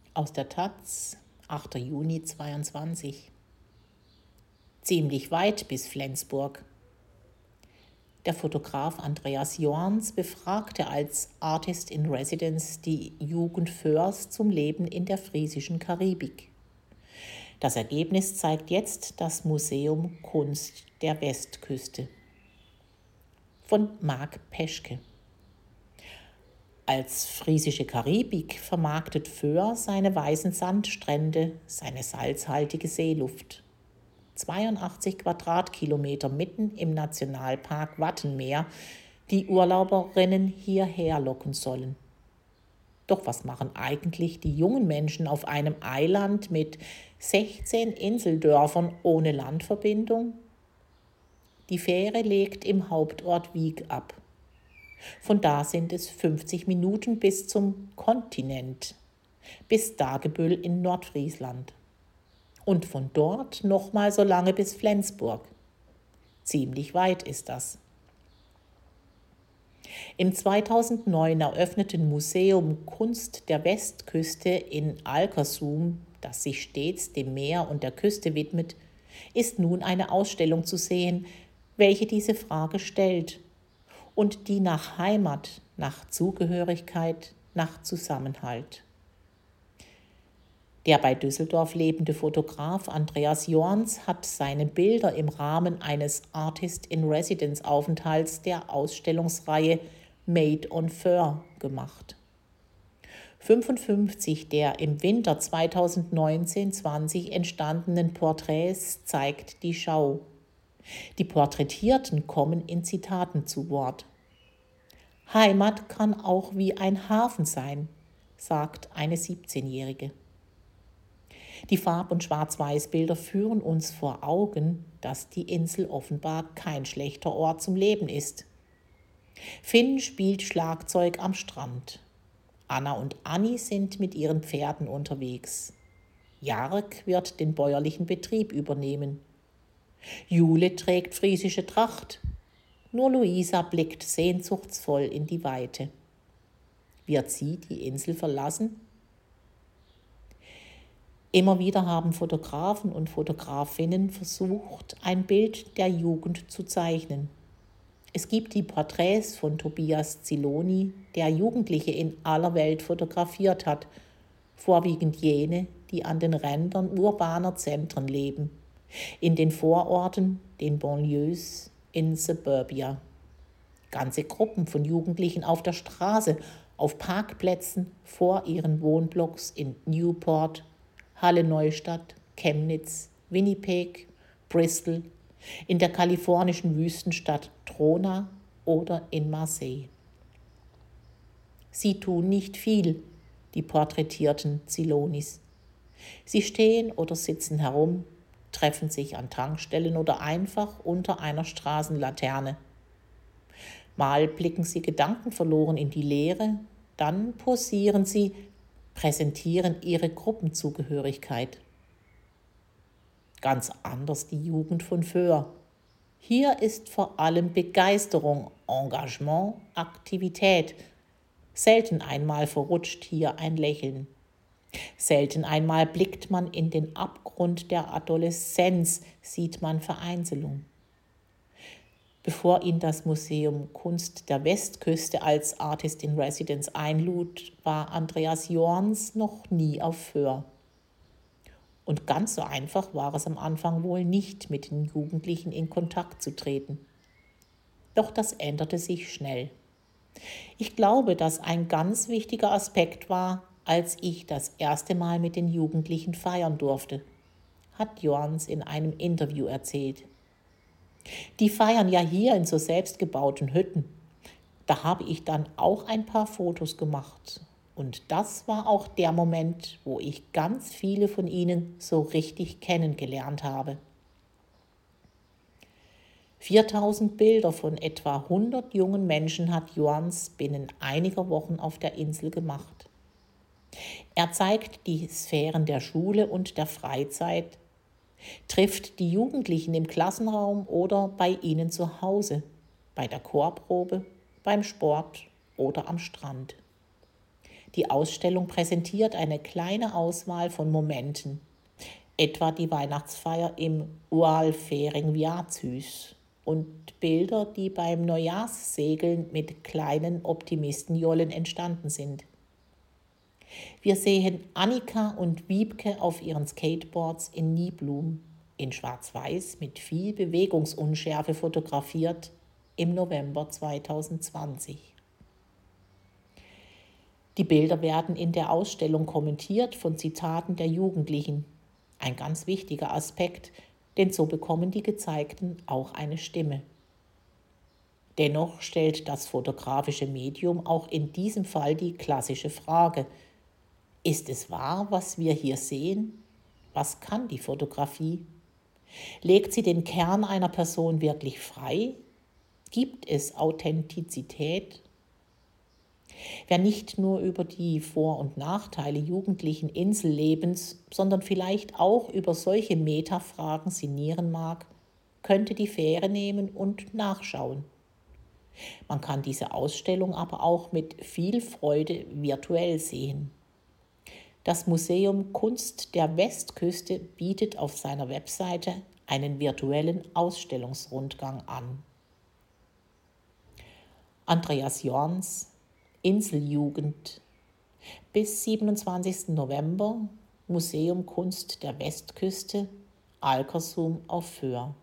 Aus der taz, 8. Juni 22. Ziemlich weit bis Flensburg. Der Fotograf Andreas Jorns befragte als Artist in Residence die Jugend Föhrs zum Leben in der friesischen Karibik. Das Ergebnis zeigt jetzt das Museum Kunst der Westküste. Von Marc Peschke. Als friesische Karibik vermarktet Föhr seine weißen Sandstrände, seine salzhaltige Seeluft. 82 Quadratkilometer mitten im Nationalpark Wattenmeer, die Urlauberinnen hierher locken sollen. Doch was machen eigentlich die jungen Menschen auf einem Eiland mit 16 Inseldörfern ohne Landverbindung? Die Fähre legt im Hauptort Wiek ab. Von da sind es 50 Minuten bis zum Kontinent, bis Dagebüll in Nordfriesland. Und von dort nochmal so lange bis Flensburg. Ziemlich weit ist das. Im 2009 eröffneten Museum Kunst der Westküste in Alkersum, das sich stets dem Meer und der Küste widmet, ist nun eine Ausstellung zu sehen, welche diese Frage stellt und die nach Heimat, nach Zugehörigkeit, nach Zusammenhalt. Der bei Düsseldorf lebende Fotograf Andreas Jorns hat seine Bilder im Rahmen eines Artist-in-Residence-Aufenthalts der Ausstellungsreihe Made on Föhr gemacht. 55 der im Winter 2019-20 entstandenen Porträts zeigt die Schau. Die Porträtierten kommen in Zitaten zu Wort. Heimat kann auch wie ein Hafen sein, sagt eine 17-Jährige. Die Farb- und Schwarz-Weiß-Bilder führen uns vor Augen, dass die Insel offenbar kein schlechter Ort zum Leben ist. Finn spielt Schlagzeug am Strand. Anna und Anni sind mit ihren Pferden unterwegs. Jarek wird den bäuerlichen Betrieb übernehmen. Jule trägt friesische Tracht. Nur Luisa blickt sehnsuchtsvoll in die Weite. Wird sie die Insel verlassen? Immer wieder haben Fotografen und Fotografinnen versucht, ein Bild der Jugend zu zeichnen. Es gibt die Porträts von Tobias Ziloni, der Jugendliche in aller Welt fotografiert hat, vorwiegend jene, die an den Rändern urbaner Zentren leben, in den Vororten, den Banlieues, in Suburbia. Ganze Gruppen von Jugendlichen auf der Straße, auf Parkplätzen, vor ihren Wohnblocks in Newport, Halle-Neustadt, Chemnitz, Winnipeg, Bristol, in der kalifornischen Wüstenstadt Trona oder in Marseille. Sie tun nicht viel, die porträtierten Zilonis. Sie stehen oder sitzen herum, treffen sich an Tankstellen oder einfach unter einer Straßenlaterne. Mal blicken sie gedankenverloren in die Leere, dann posieren sie, präsentieren ihre Gruppenzugehörigkeit. Ganz anders die Jugend von Föhr. Hier ist vor allem Begeisterung, Engagement, Aktivität. Selten einmal verrutscht hier ein Lächeln. Selten einmal blickt man in den Abgrund der Adoleszenz, sieht man Vereinzelung. Bevor ihn das Museum Kunst der Westküste als Artist in Residence einlud, war Andreas Jorns noch nie auf Föhr. Und ganz so einfach war es am Anfang wohl nicht, mit den Jugendlichen in Kontakt zu treten. Doch das änderte sich schnell. Ich glaube, dass ein ganz wichtiger Aspekt war, als ich das erste Mal mit den Jugendlichen feiern durfte, hat Jorns in einem Interview erzählt. Die feiern ja hier in so selbstgebauten Hütten. Da habe ich dann auch ein paar Fotos gemacht. Und das war auch der Moment, wo ich ganz viele von ihnen so richtig kennengelernt habe. 4000 Bilder von etwa 100 jungen Menschen hat Jorns binnen einiger Wochen auf der Insel gemacht. Er zeigt die Sphären der Schule und der Freizeit, trifft die Jugendlichen im Klassenraum oder bei ihnen zu Hause, bei der Chorprobe, beim Sport oder am Strand. Die Ausstellung präsentiert eine kleine Auswahl von Momenten, etwa die Weihnachtsfeier im Ualfering Viathys und Bilder, die beim Neujahrssegeln mit kleinen Optimistenjollen entstanden sind. Wir sehen Annika und Wiebke auf ihren Skateboards in Niblum, in Schwarz-Weiß mit viel Bewegungsunschärfe fotografiert, im November 2020. Die Bilder werden in der Ausstellung kommentiert von Zitaten der Jugendlichen. Ein ganz wichtiger Aspekt, denn so bekommen die Gezeigten auch eine Stimme. Dennoch stellt das fotografische Medium auch in diesem Fall die klassische Frage: Ist es wahr, was wir hier sehen? Was kann die Fotografie? Legt sie den Kern einer Person wirklich frei? Gibt es Authentizität? Wer nicht nur über die Vor- und Nachteile jugendlichen Insellebens, sondern vielleicht auch über solche Metafragen sinnieren mag, könnte die Fähre nehmen und nachschauen. Man kann diese Ausstellung aber auch mit viel Freude virtuell sehen. Das Museum Kunst der Westküste bietet auf seiner Webseite einen virtuellen Ausstellungsrundgang an. Andreas Jorns, Inseljugend. Bis 27. November, Museum Kunst der Westküste, Alkersum auf Föhr.